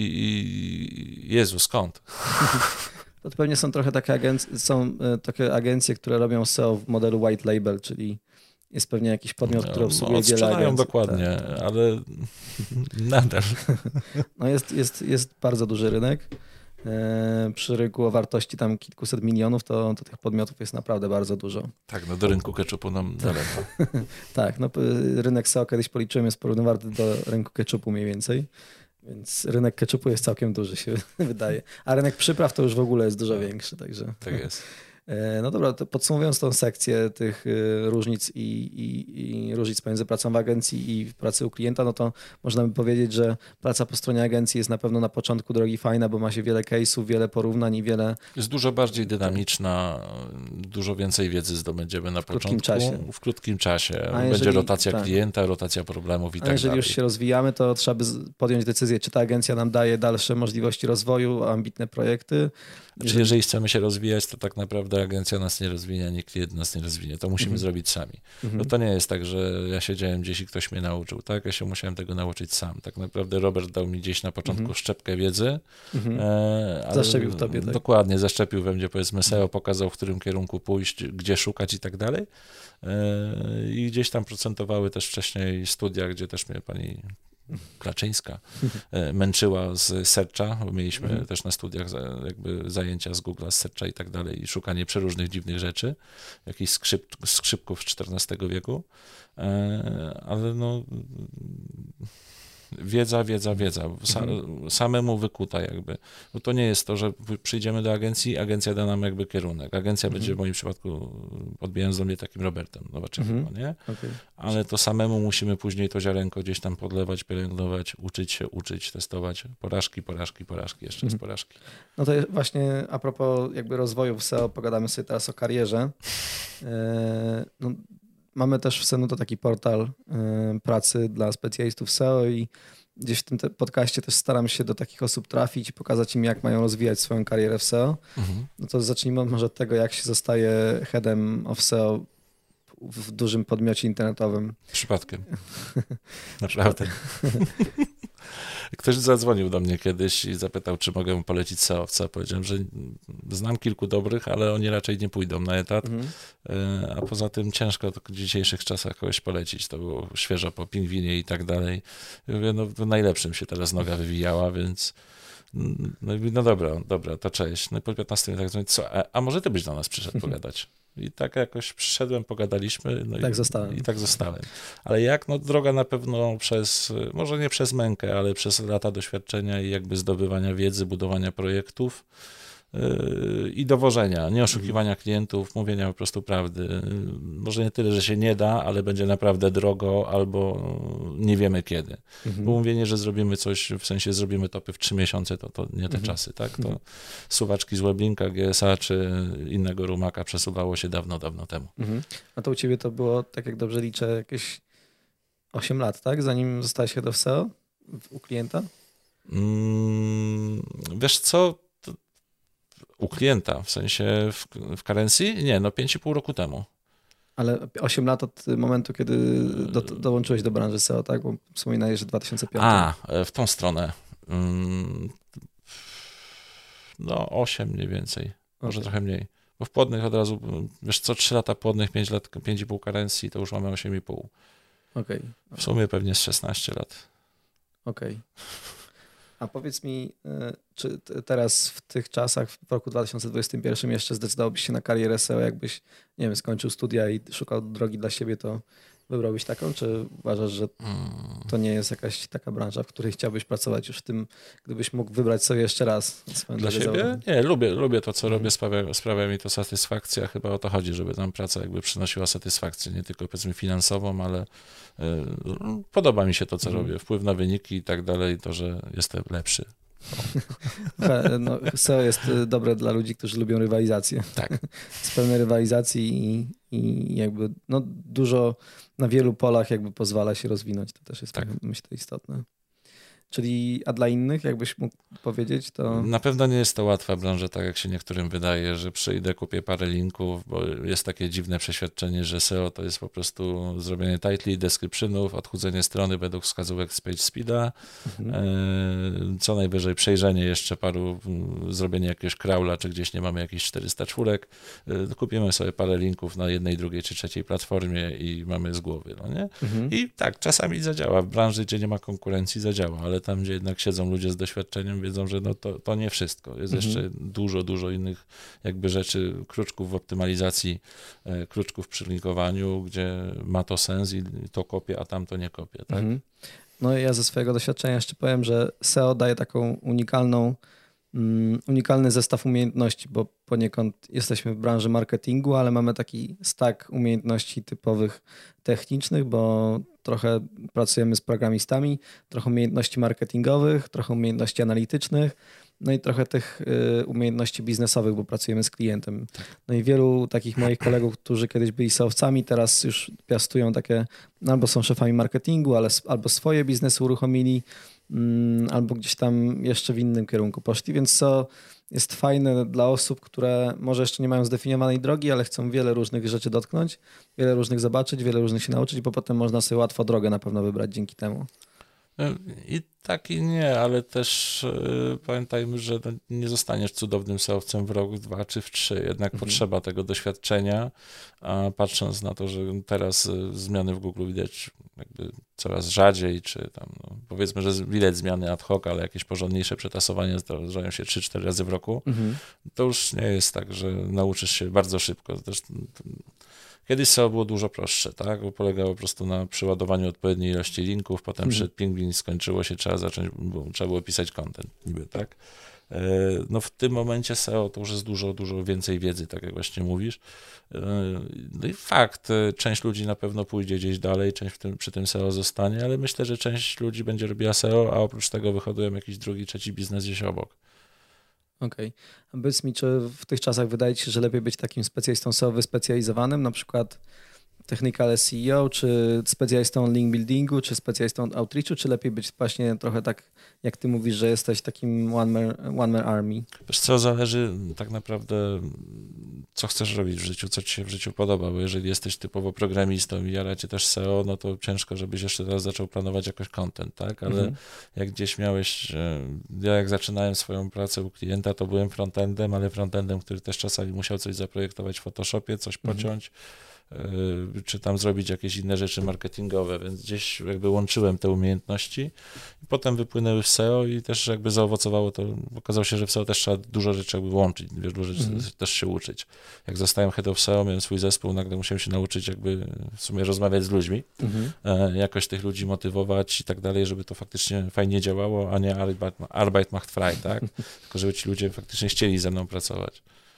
Speaker 2: i Jezu, skąd?
Speaker 3: To pewnie są trochę takie agencje, które robią SEO w modelu white label, czyli jest pewnie jakiś podmiot, który obsługuje wiele agencji.
Speaker 2: Dokładnie, tak. Ale nadal.
Speaker 3: No jest bardzo duży rynek. Przy rynku o wartości tam kilkuset milionów, to tych podmiotów jest naprawdę bardzo dużo.
Speaker 2: Tak, no do rynku ketchupu nam daleko.
Speaker 3: Tak, no rynek SEO kiedyś policzyłem, jest porównywalny do rynku ketchupu mniej więcej, więc rynek ketchupu jest całkiem duży, się wydaje. A rynek przypraw to już w ogóle jest dużo większy, także...
Speaker 2: Tak jest.
Speaker 3: No dobra, to podsumowując tą sekcję tych różnic i różnic pomiędzy pracą w agencji i pracy u klienta, no to można by powiedzieć, że praca po stronie agencji jest na pewno na początku drogi fajna, bo ma się wiele case'ów, wiele porównań i wiele...
Speaker 2: Jest dużo bardziej dynamiczna, dużo więcej wiedzy zdobędziemy na początku. W krótkim czasie. Będzie rotacja klienta, rotacja problemów i tak dalej. A
Speaker 3: jeżeli już się rozwijamy, to trzeba by podjąć decyzję, czy ta agencja nam daje dalsze możliwości rozwoju, ambitne projekty.
Speaker 2: Jeżeli chcemy się rozwijać, to tak naprawdę agencja nas nie rozwinie, ani klient nas nie rozwinie. To musimy zrobić sami. No to nie jest tak, że ja siedziałem gdzieś i ktoś mnie nauczył, tak? Ja się musiałem tego nauczyć sam. Tak naprawdę Robert dał mi gdzieś na początku szczepkę wiedzy.
Speaker 3: Zaszczepił w tobie, tak?
Speaker 2: Dokładnie, zaszczepił we mnie, powiedzmy, SEO, pokazał, w którym kierunku pójść, gdzie szukać i tak dalej. I gdzieś tam procentowały też wcześniej studia, gdzie też mnie pani Klaczyńska męczyła z searcha, bo mieliśmy też na studiach jakby zajęcia z Google'a, z searcha i tak dalej i szukanie przeróżnych dziwnych rzeczy, jakichś skrzypków z XIV wieku, ale no wiedza, samemu wykuta jakby. Bo to nie jest to, że przyjdziemy do agencji, agencja da nam jakby kierunek. Agencja będzie w moim przypadku, odbijając do mnie, takim Robertem Nowaczykiem, nie? Okay. Ale to samemu musimy później to ziarenko gdzieś tam podlewać, pielęgnować, uczyć, testować. Porażki, jeszcze raz porażki.
Speaker 3: No to właśnie a propos jakby rozwoju w SEO, pogadamy sobie teraz o karierze. Mamy też w Senuto taki portal pracy dla specjalistów SEO i gdzieś w tym podcaście też staram się do takich osób trafić i pokazać im, jak mają rozwijać swoją karierę w SEO. No to zacznijmy może od tego, jak się zostaje headem of SEO w dużym podmiocie internetowym.
Speaker 2: Przypadkiem. Naprawdę. Ktoś zadzwonił do mnie kiedyś i zapytał, czy mogę mu polecić SEO-wca. Powiedziałem, że znam kilku dobrych, ale oni raczej nie pójdą na etat. A poza tym ciężko w dzisiejszych czasach kogoś polecić. To było świeżo po Pingwinie i tak dalej. I mówię, no w najlepszym się teraz noga wywijała, więc no dobra, to cześć. No i po 15 tak mówię, a może ty byś do nas przyszedł pogadać? I tak jakoś przyszedłem, pogadaliśmy. No
Speaker 3: tak zostałem.
Speaker 2: I tak zostałem. Ale jak? No droga na pewno może nie przez mękę, ale przez lata doświadczenia i jakby zdobywania wiedzy, budowania projektów i dowożenia, nie oszukiwania klientów, mówienia po prostu prawdy. Może nie tyle, że się nie da, ale będzie naprawdę drogo albo nie wiemy kiedy. Bo mówienie, że zrobimy coś, w sensie zrobimy topy w 3 miesiące, to nie te czasy, tak? To suwaczki z Weblinka, GSA czy innego rumaka przesuwało się dawno temu.
Speaker 3: A to u ciebie to było, tak jak dobrze liczę, jakieś 8 lat, tak? Zanim zostałeś head of SEO u klienta?
Speaker 2: Wiesz co? U klienta, w sensie w Currency? Nie, no 5,5 roku temu.
Speaker 3: Ale 8 lat od momentu, kiedy dołączyłeś do branży SEO, tak? Bo wspominałeś, że 2005.
Speaker 2: W tą stronę. No 8 mniej więcej, może trochę mniej. Bo w płodnych od razu, wiesz co, 3 lata płodnych, 5 lat, 5,5 Currency, to już mamy 8,5.
Speaker 3: Okej.
Speaker 2: W sumie pewnie z 16 lat.
Speaker 3: Okej. A powiedz mi, czy teraz w tych czasach, w roku 2021 jeszcze zdecydowałbyś się na karierę SEO, jakbyś, nie wiem, skończył studia i szukał drogi dla siebie, to wybrałbyś taką? Czy uważasz, że to nie jest jakaś taka branża, w której chciałbyś pracować już w tym, gdybyś mógł wybrać sobie jeszcze raz swoją
Speaker 2: Dla
Speaker 3: drogę
Speaker 2: siebie?
Speaker 3: zawodową?
Speaker 2: Nie, lubię to, co robię, sprawia mi to satysfakcję, a chyba o to chodzi, żeby tam praca jakby przynosiła satysfakcję, nie tylko powiedzmy finansową, ale podoba mi się to, co robię, wpływ na wyniki i tak dalej, to, że jestem lepszy.
Speaker 3: No, SEO jest dobre dla ludzi, którzy lubią rywalizację.
Speaker 2: Tak.
Speaker 3: Z pełnej rywalizacji i jakby no, dużo na wielu polach jakby pozwala się rozwinąć. To też jest, myślę, istotne. Czyli, a dla innych, jakbyś mógł powiedzieć, to...
Speaker 2: Na pewno nie jest to łatwa branża, tak jak się niektórym wydaje, że przyjdę, kupię parę linków, bo jest takie dziwne przeświadczenie, że SEO to jest po prostu zrobienie titli, descriptionów, odchudzenie strony według wskazówek z PageSpeeda, co najwyżej przejrzenie jeszcze paru, zrobienie jakiegoś crawla, czy gdzieś nie mamy jakichś 404, kupimy sobie parę linków na jednej, drugiej czy trzeciej platformie i mamy z głowy, no nie? I tak, czasami zadziała, w branży, gdzie nie ma konkurencji zadziała, ale tam, gdzie jednak siedzą ludzie z doświadczeniem, wiedzą, że no to nie wszystko. Jest jeszcze dużo innych jakby rzeczy, kruczków w optymalizacji, kruczków przy linkowaniu, gdzie ma to sens i to kopię, a tam to nie kopię, tak?
Speaker 3: No ja ze swojego doświadczenia jeszcze powiem, że SEO daje taką unikalny zestaw umiejętności, bo poniekąd jesteśmy w branży marketingu, ale mamy taki stack umiejętności typowych technicznych, bo trochę pracujemy z programistami, trochę umiejętności marketingowych, trochę umiejętności analitycznych, no i trochę tych umiejętności biznesowych, bo pracujemy z klientem. No i wielu takich moich kolegów, którzy kiedyś byli SEO-wcami, teraz już piastują takie, albo są szefami marketingu, albo swoje biznesy uruchomili, albo gdzieś tam jeszcze w innym kierunku poszli, więc co jest fajne dla osób, które może jeszcze nie mają zdefiniowanej drogi, ale chcą wiele różnych rzeczy dotknąć, wiele różnych zobaczyć, wiele różnych się nauczyć, bo potem można sobie łatwo drogę na pewno wybrać dzięki temu.
Speaker 2: I tak i nie, ale też pamiętajmy, że nie zostaniesz cudownym SEO-wcem w rok, w 2 czy w 3. Jednak potrzeba tego doświadczenia, a patrząc na to, że teraz zmiany w Google widać jakby coraz rzadziej, czy tam powiedzmy, że widać zmiany ad hoc, ale jakieś porządniejsze przetasowania zdarzają się 3-4 razy w roku, to już nie jest tak, że nauczysz się bardzo szybko. Zresztą kiedyś SEO było dużo prostsze, tak? Bo polegało po prostu na przyładowaniu odpowiedniej ilości linków, potem przyszedł Pingwin, skończyło się, trzeba było pisać content, niby, tak? No w tym momencie SEO to już jest dużo więcej wiedzy, tak jak właśnie mówisz. No i fakt, część ludzi na pewno pójdzie gdzieś dalej, część przy tym SEO zostanie, ale myślę, że część ludzi będzie robiła SEO, a oprócz tego wyhodują jakiś drugi, trzeci biznes gdzieś obok.
Speaker 3: Okej. A powiedz mi, czy w tych czasach wydaje ci się, że lepiej być takim specjalistą SEO wyspecjalizowanym, na przykład technical SEO, czy specjalistą link buildingu, czy specjalistą outreachu, czy lepiej być właśnie trochę tak, jak ty mówisz, że jesteś takim one man army?
Speaker 2: Wiesz co, zależy tak naprawdę, co chcesz robić w życiu, co ci się w życiu podoba, bo jeżeli jesteś typowo programistą i jara cię też SEO, no to ciężko, żebyś jeszcze teraz zaczął planować jakoś content, tak? Ale jak gdzieś miałeś, ja jak zaczynałem swoją pracę u klienta, to byłem frontendem, ale frontendem, który też czasami musiał coś zaprojektować w Photoshopie, coś pociąć, czy tam zrobić jakieś inne rzeczy marketingowe, więc gdzieś jakby łączyłem te umiejętności i potem wypłynęły w SEO i też jakby zaowocowało to, okazało się, że w SEO też trzeba dużo rzeczy jakby łączyć, wiesz, dużo rzeczy też się uczyć. Jak zostałem head of SEO, miałem swój zespół, nagle musiałem się nauczyć jakby w sumie rozmawiać z ludźmi, jakoś tych ludzi motywować i tak dalej, żeby to faktycznie fajnie działało, a nie Arbeit macht frei, tak? Tylko żeby ci ludzie faktycznie chcieli ze mną pracować.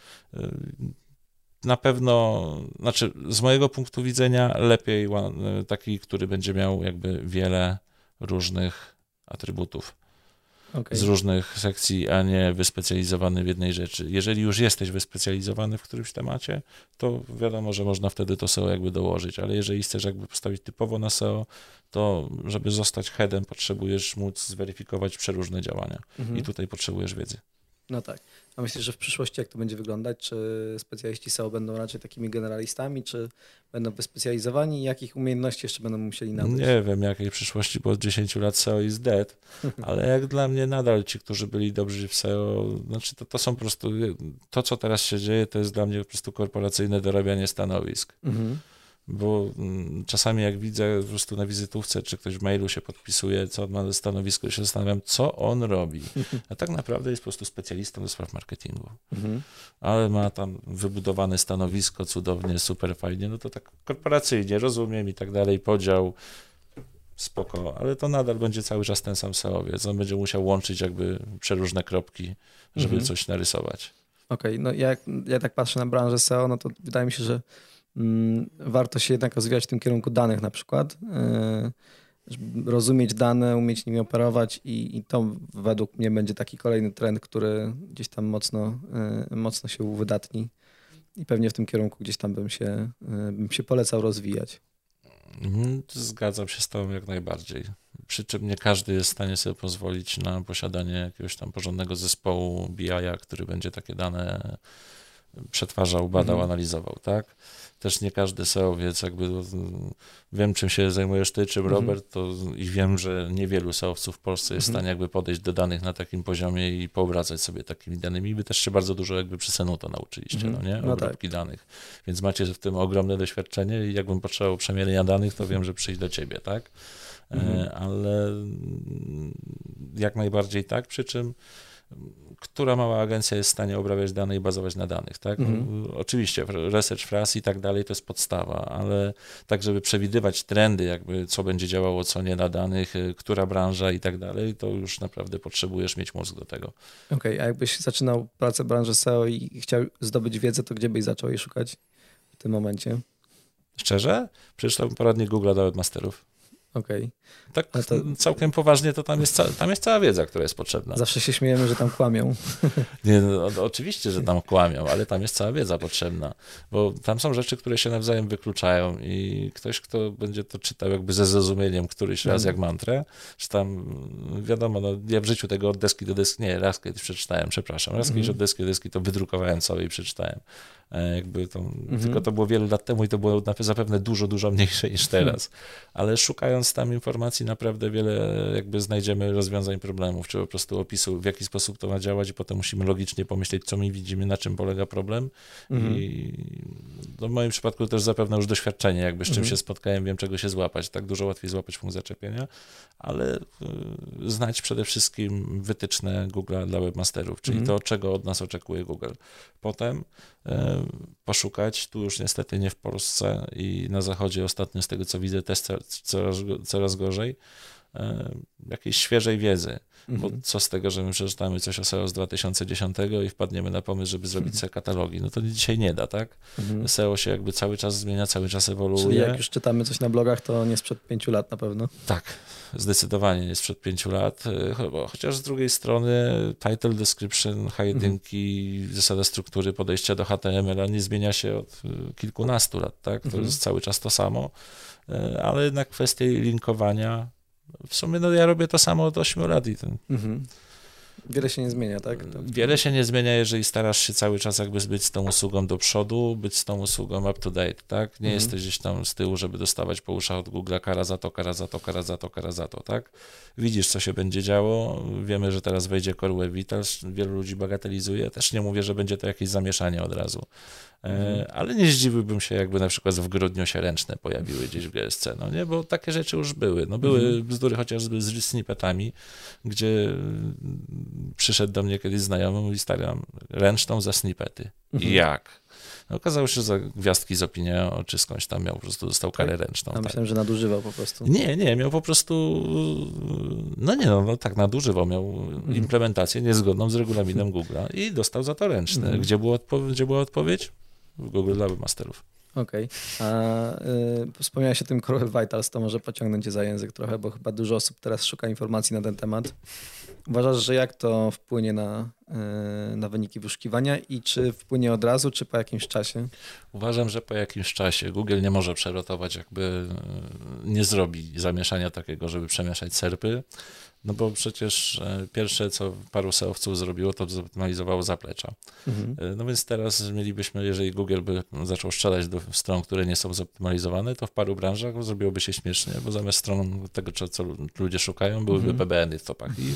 Speaker 2: Na pewno, znaczy z mojego punktu widzenia lepiej taki, który będzie miał jakby wiele różnych atrybutów z różnych sekcji, a nie wyspecjalizowany w jednej rzeczy. Jeżeli już jesteś wyspecjalizowany w którymś temacie, to wiadomo, że można wtedy to SEO jakby dołożyć, ale jeżeli chcesz jakby postawić typowo na SEO, to żeby zostać headem, potrzebujesz móc zweryfikować przeróżne działania i tutaj potrzebujesz wiedzy.
Speaker 3: No tak. A myślisz, że w przyszłości jak to będzie wyglądać? Czy specjaliści SEO będą raczej takimi generalistami, czy będą wyspecjalizowani? Jakich umiejętności jeszcze będą musieli nabyć?
Speaker 2: Nie wiem, jakiej przyszłości, bo od 10 lat SEO is dead, ale jak dla mnie nadal ci, którzy byli dobrzy w SEO, znaczy to są po prostu, to co teraz się dzieje, to jest dla mnie po prostu korporacyjne dorabianie stanowisk. Bo czasami jak widzę po prostu na wizytówce, czy ktoś w mailu się podpisuje, co on ma na stanowisku, się zastanawiam, co on robi. A tak naprawdę jest po prostu specjalistą do spraw marketingu. Ale ma tam wybudowane stanowisko cudownie, super fajnie, no to tak korporacyjnie, rozumiem i tak dalej, podział, spoko, ale to nadal będzie cały czas ten sam SEO-wiec. On będzie musiał łączyć jakby przeróżne kropki, żeby coś narysować.
Speaker 3: Okej, no ja tak patrzę na branżę SEO, no to wydaje mi się, że warto się jednak rozwijać w tym kierunku danych na przykład, żeby rozumieć dane, umieć nimi operować i to według mnie będzie taki kolejny trend, który gdzieś tam mocno się uwydatni i pewnie w tym kierunku gdzieś tam bym się polecał rozwijać.
Speaker 2: Zgadzam się z tobą jak najbardziej. Przy czym nie każdy jest w stanie sobie pozwolić na posiadanie jakiegoś tam porządnego zespołu BI-a, który będzie takie dane przetwarzał, badał, analizował, tak? Też nie każdy SEO-wiec jakby, wiem czym się zajmujesz ty, czym Robert, to i wiem, że niewielu SEO-wców w Polsce jest w stanie jakby podejść do danych na takim poziomie i poobracać sobie takimi danymi. Wy też się bardzo dużo jakby przy Senuto nauczyliście, no nie? Obróbki danych. Więc macie w tym ogromne doświadczenie i jakbym potrzebował przemielenia danych, to wiem, że przyjść do ciebie, tak? Ale jak najbardziej tak, przy czym która mała agencja jest w stanie obrabiać dane i bazować na danych, tak? Oczywiście research phrase i tak dalej to jest podstawa, ale tak, żeby przewidywać trendy, jakby co będzie działało, co nie na danych, która branża i tak dalej, to już naprawdę potrzebujesz mieć mózg do tego.
Speaker 3: Okej, a jakbyś zaczynał pracę w branży SEO i chciał zdobyć wiedzę, to gdzie byś zaczął jej szukać w tym momencie?
Speaker 2: Szczerze? Przeczytałbym poradnik Google'a do webmasterów.
Speaker 3: Okej.
Speaker 2: Tak całkiem poważnie, to tam jest cała wiedza, która jest potrzebna.
Speaker 3: Zawsze się śmiejemy, że tam kłamią.
Speaker 2: Nie, no, oczywiście, że tam kłamią, ale tam jest cała wiedza potrzebna, bo tam są rzeczy, które się nawzajem wykluczają i ktoś, kto będzie to czytał jakby ze zrozumieniem któryś raz jak mantrę, czy tam wiadomo, no ja w życiu tego od deski do deski, nie, raz kiedyś przeczytałem, przepraszam, raz kiedyś od deski do deski to wydrukowałem całe i przeczytałem. Jakby to, tylko to było wiele lat temu i to było zapewne dużo, dużo mniejsze niż teraz, ale szukając tam informacji naprawdę wiele jakby znajdziemy rozwiązań problemów, czy po prostu opisu, w jaki sposób to ma działać i potem musimy logicznie pomyśleć, co my widzimy, na czym polega problem i no w moim przypadku też zapewne już doświadczenie, jakby z czym się spotkałem, wiem czego się złapać, tak dużo łatwiej złapać punkt zaczepienia, ale znać przede wszystkim wytyczne Google'a dla webmasterów, czyli to, czego od nas oczekuje Google. Potem poszukać, tu już niestety nie w Polsce i na zachodzie ostatnio z tego co widzę też coraz gorzej, jakiejś świeżej wiedzy. Bo
Speaker 3: Mhm.
Speaker 2: co z tego, że my przeczytamy coś o SEO z 2010 i wpadniemy na pomysł, żeby zrobić sobie katalogi. No to dzisiaj nie da, tak?
Speaker 3: Mhm.
Speaker 2: SEO się jakby cały czas zmienia, cały czas ewoluuje.
Speaker 3: Czyli jak już czytamy coś na blogach, to nie sprzed 5 lat na pewno.
Speaker 2: Tak, zdecydowanie nie sprzed 5 lat. Chociaż z drugiej strony title description, headingi, zasada struktury, podejścia do HTML-a nie zmienia się od kilkunastu lat, tak? To jest cały czas to samo, ale na kwestię linkowania w sumie no ja robię to samo od 8 lat i
Speaker 3: Wiele się nie zmienia, tak?
Speaker 2: wiele się nie zmienia, jeżeli starasz się cały czas jakby być z tą usługą do przodu, być z tą usługą up to date, tak? Nie jesteś gdzieś tam z tyłu, żeby dostawać po uszach od Google'a kara za to, tak? Widzisz, co się będzie działo, wiemy, że teraz wejdzie Core Web Vitals, wielu ludzi bagatelizuje, też nie mówię, że będzie to jakieś zamieszanie od razu, ale nie zdziwiłbym się, jakby na przykład w grudniu się ręczne pojawiły gdzieś w GSC, no nie? Bo takie rzeczy już były, no były bzdury chociażby z snippetami, gdzie przyszedł do mnie kiedyś znajomy, mówi, stary, mam ręczną za snippety. Jak? No, okazało się, że za gwiazdki z opinią, czy skądś tam miał, po prostu dostał karę ręczną.
Speaker 3: A
Speaker 2: Tak.
Speaker 3: myślałem, że nadużywał po prostu.
Speaker 2: Nie, miał po prostu, no tak, nadużywał, miał implementację niezgodną z regulaminem Google'a i dostał za to ręczne. Gdzie była odpowiedź? W Google dla Webmasterów.
Speaker 3: Okej. A wspomniałeś o tym Core Web Vitals, to może pociągnę cię za język trochę, bo chyba dużo osób teraz szuka informacji na ten temat. Uważasz, że jak to wpłynie na wyniki wyszukiwania i czy wpłynie od razu, czy po jakimś czasie?
Speaker 2: Uważam, że po jakimś czasie Google nie może przerotować, jakby nie zrobi zamieszania takiego, żeby przemieszać SERPy, no bo przecież pierwsze, co paru SEO-wców zrobiło, to zoptymalizowało zaplecza. No więc teraz mielibyśmy, jeżeli Google by zaczął strzelać do stron, które nie są zoptymalizowane, to w paru branżach zrobiłoby się śmiesznie, bo zamiast stron tego, co ludzie szukają, byłyby PBN-y w topach. I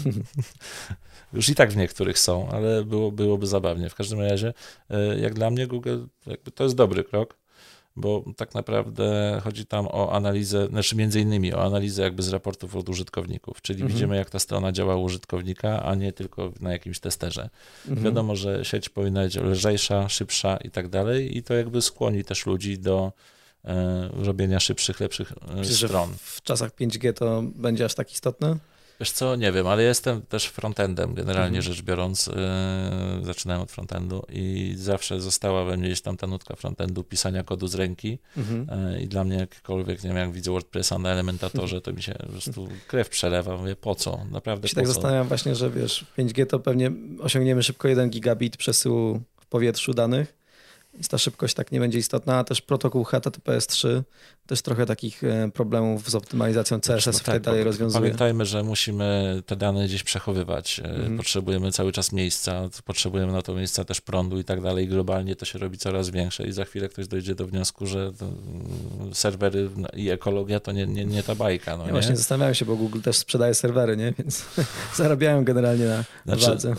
Speaker 2: już i tak w niektórych są, ale byłoby zabawnie. W każdym razie, jak dla mnie Google, jakby to jest dobry krok, bo tak naprawdę chodzi tam o analizę, znaczy między innymi o analizę jakby z raportów od użytkowników, czyli widzimy, jak ta strona działa u użytkownika, a nie tylko na jakimś testerze. Wiadomo, że sieć powinna być lżejsza, szybsza i tak dalej i to jakby skłoni też ludzi do robienia szybszych, lepszych
Speaker 3: Myślisz, że
Speaker 2: stron.
Speaker 3: w czasach 5G to będzie aż tak istotne?
Speaker 2: Wiesz co, nie wiem, ale jestem też frontendem, generalnie rzecz biorąc, zaczynałem od frontendu i zawsze została we mnie gdzieś tam ta nutka frontendu, pisania kodu z ręki i dla mnie jakkolwiek, nie wiem, jak widzę WordPressa na Elementatorze, to mi się po prostu krew przelewa, mówię, po co, naprawdę
Speaker 3: Się
Speaker 2: po
Speaker 3: tak
Speaker 2: co?
Speaker 3: zastanawiam właśnie, że wiesz, 5G to pewnie osiągniemy szybko 1 gigabit przesyłu w powietrzu danych, więc ta szybkość tak nie będzie istotna, a też protokół HTTPS3 też trochę takich problemów z optymalizacją CSS i tak dalej rozwiązuje.
Speaker 2: Pamiętajmy, że musimy te dane gdzieś przechowywać. Potrzebujemy cały czas miejsca, potrzebujemy na to miejsca też prądu i tak dalej. Globalnie to się robi coraz większe i za chwilę ktoś dojdzie do wniosku, że serwery i ekologia to nie ta bajka. No,
Speaker 3: Ja właśnie zastanawiam się, bo Google też sprzedaje serwery, nie? Więc zarabiają generalnie na wadze.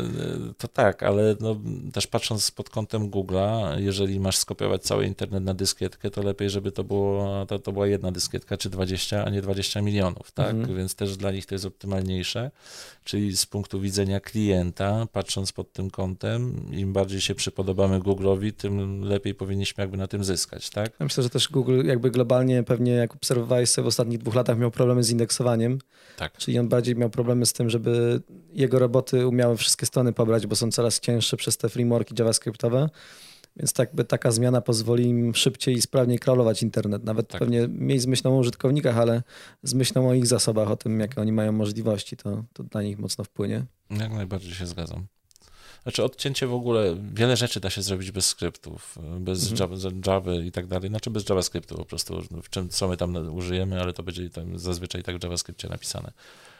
Speaker 2: To tak, ale no, też patrząc pod kątem Google'a, jeżeli masz skopiować cały internet na dyskietkę, to lepiej, żeby to była jedna dyskietka, czy 20, a nie 20 milionów, tak? Więc też dla nich to jest optymalniejsze, czyli z punktu widzenia klienta, patrząc pod tym kątem, im bardziej się przypodobamy Google'owi, tym lepiej powinniśmy jakby na tym zyskać, tak?
Speaker 3: Ja myślę, że też Google jakby globalnie pewnie, jak obserwowałeś sobie w ostatnich 2 latach, miał problemy z indeksowaniem,
Speaker 2: Tak.
Speaker 3: czyli on bardziej miał problemy z tym, żeby jego roboty umiały wszystkie strony pobrać, bo są coraz cięższe przez te frameworki javascriptowe. Więc tak by taka zmiana pozwoli im szybciej i sprawniej crawlować internet. Nawet pewnie mniej z myślą o użytkownikach, ale z myślą o ich zasobach, o tym, jakie oni mają możliwości, to dla nich mocno wpłynie.
Speaker 2: Jak najbardziej się zgadzam. Znaczy odcięcie w ogóle, wiele rzeczy da się zrobić bez skryptów, bez Java i tak dalej, znaczy bez JavaScriptu po prostu, w czym co my tam użyjemy, ale to będzie tam zazwyczaj tak w JavaScriptie napisane.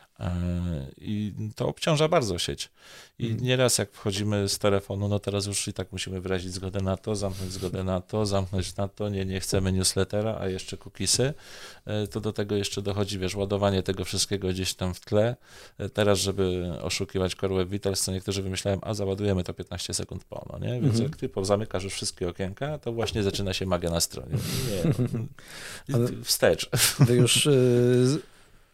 Speaker 2: I to obciąża bardzo sieć. I nieraz jak wchodzimy z telefonu, no teraz już i tak musimy wyrazić zgodę na to, zamknąć zgodę na to, zamknąć na to, nie chcemy newslettera, a jeszcze cookiesy, to do tego jeszcze dochodzi, wiesz, ładowanie tego wszystkiego gdzieś tam w tle. Teraz, żeby oszukiwać Core Web Vitals, to niektórzy wymyślają, a załadujemy to 15 sekund po, no nie? Więc jak ty zamykasz już wszystkie okienka, to właśnie zaczyna się magia na stronie. Nie, no. Wstecz.
Speaker 3: Wy już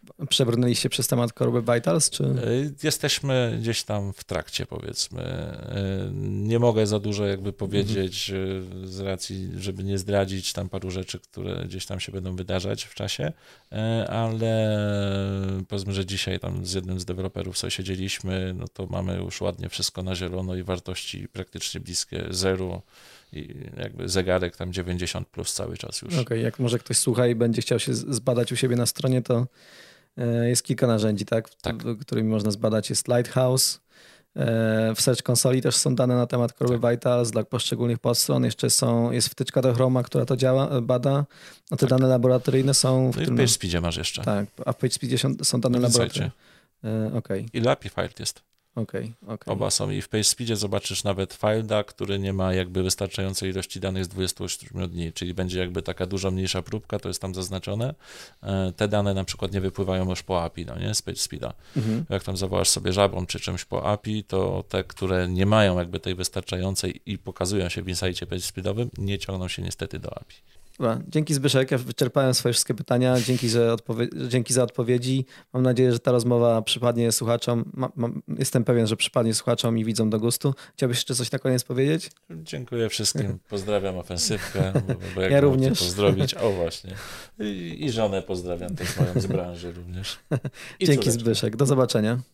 Speaker 3: Przebrnęliście przez temat Core Vitals, czy...
Speaker 2: Jesteśmy gdzieś tam w trakcie, powiedzmy. Nie mogę za dużo jakby powiedzieć z racji, żeby nie zdradzić tam paru rzeczy, które gdzieś tam się będą wydarzać w czasie, ale powiedzmy, że dzisiaj tam z jednym z deweloperów sobie siedzieliśmy, no to mamy już ładnie wszystko na zielono i wartości praktycznie bliskie zeru i jakby zegarek tam 90 plus cały czas już.
Speaker 3: Okej, jak może ktoś słucha i będzie chciał się zbadać u siebie na stronie, to jest kilka narzędzi, tak? Którymi można zbadać. Jest Lighthouse. W Search Console też są dane na temat Core Vitals dla poszczególnych podstron. Jeszcze jest wtyczka do Chroma, która to bada. No te dane laboratoryjne są...
Speaker 2: No i w PageSpeedzie masz jeszcze.
Speaker 3: Tak, a w PageSpeedzie są dane laboratoryjne. Okej.
Speaker 2: I API File jest.
Speaker 3: Okej.
Speaker 2: Oba są i w PageSpeedzie zobaczysz nawet Filda, który nie ma jakby wystarczającej ilości danych z 28 dni, czyli będzie jakby taka dużo mniejsza próbka, to jest tam zaznaczone. Te dane na przykład nie wypływają już po API, no nie, z PageSpeeda. Jak tam zawołasz sobie żabą czy czymś po API, to te, które nie mają jakby tej wystarczającej i pokazują się w insightie PageSpeedowym, nie ciągną się niestety do API.
Speaker 3: Dobra, dzięki Zbyszek, ja wyczerpałem swoje wszystkie pytania, dzięki za odpowiedzi. Mam nadzieję, że ta rozmowa przypadnie słuchaczom. Jestem pewien, że przypadnie słuchaczom i widzom do gustu. Chciałbyś jeszcze coś na koniec powiedzieć?
Speaker 2: Dziękuję wszystkim, pozdrawiam ofensywkę, bo jak
Speaker 3: ja również.
Speaker 2: pozdrowić, o właśnie, i żonę pozdrawiam też moją z branży również. I
Speaker 3: dzięki
Speaker 2: córeczkę.
Speaker 3: Zbyszek, do zobaczenia.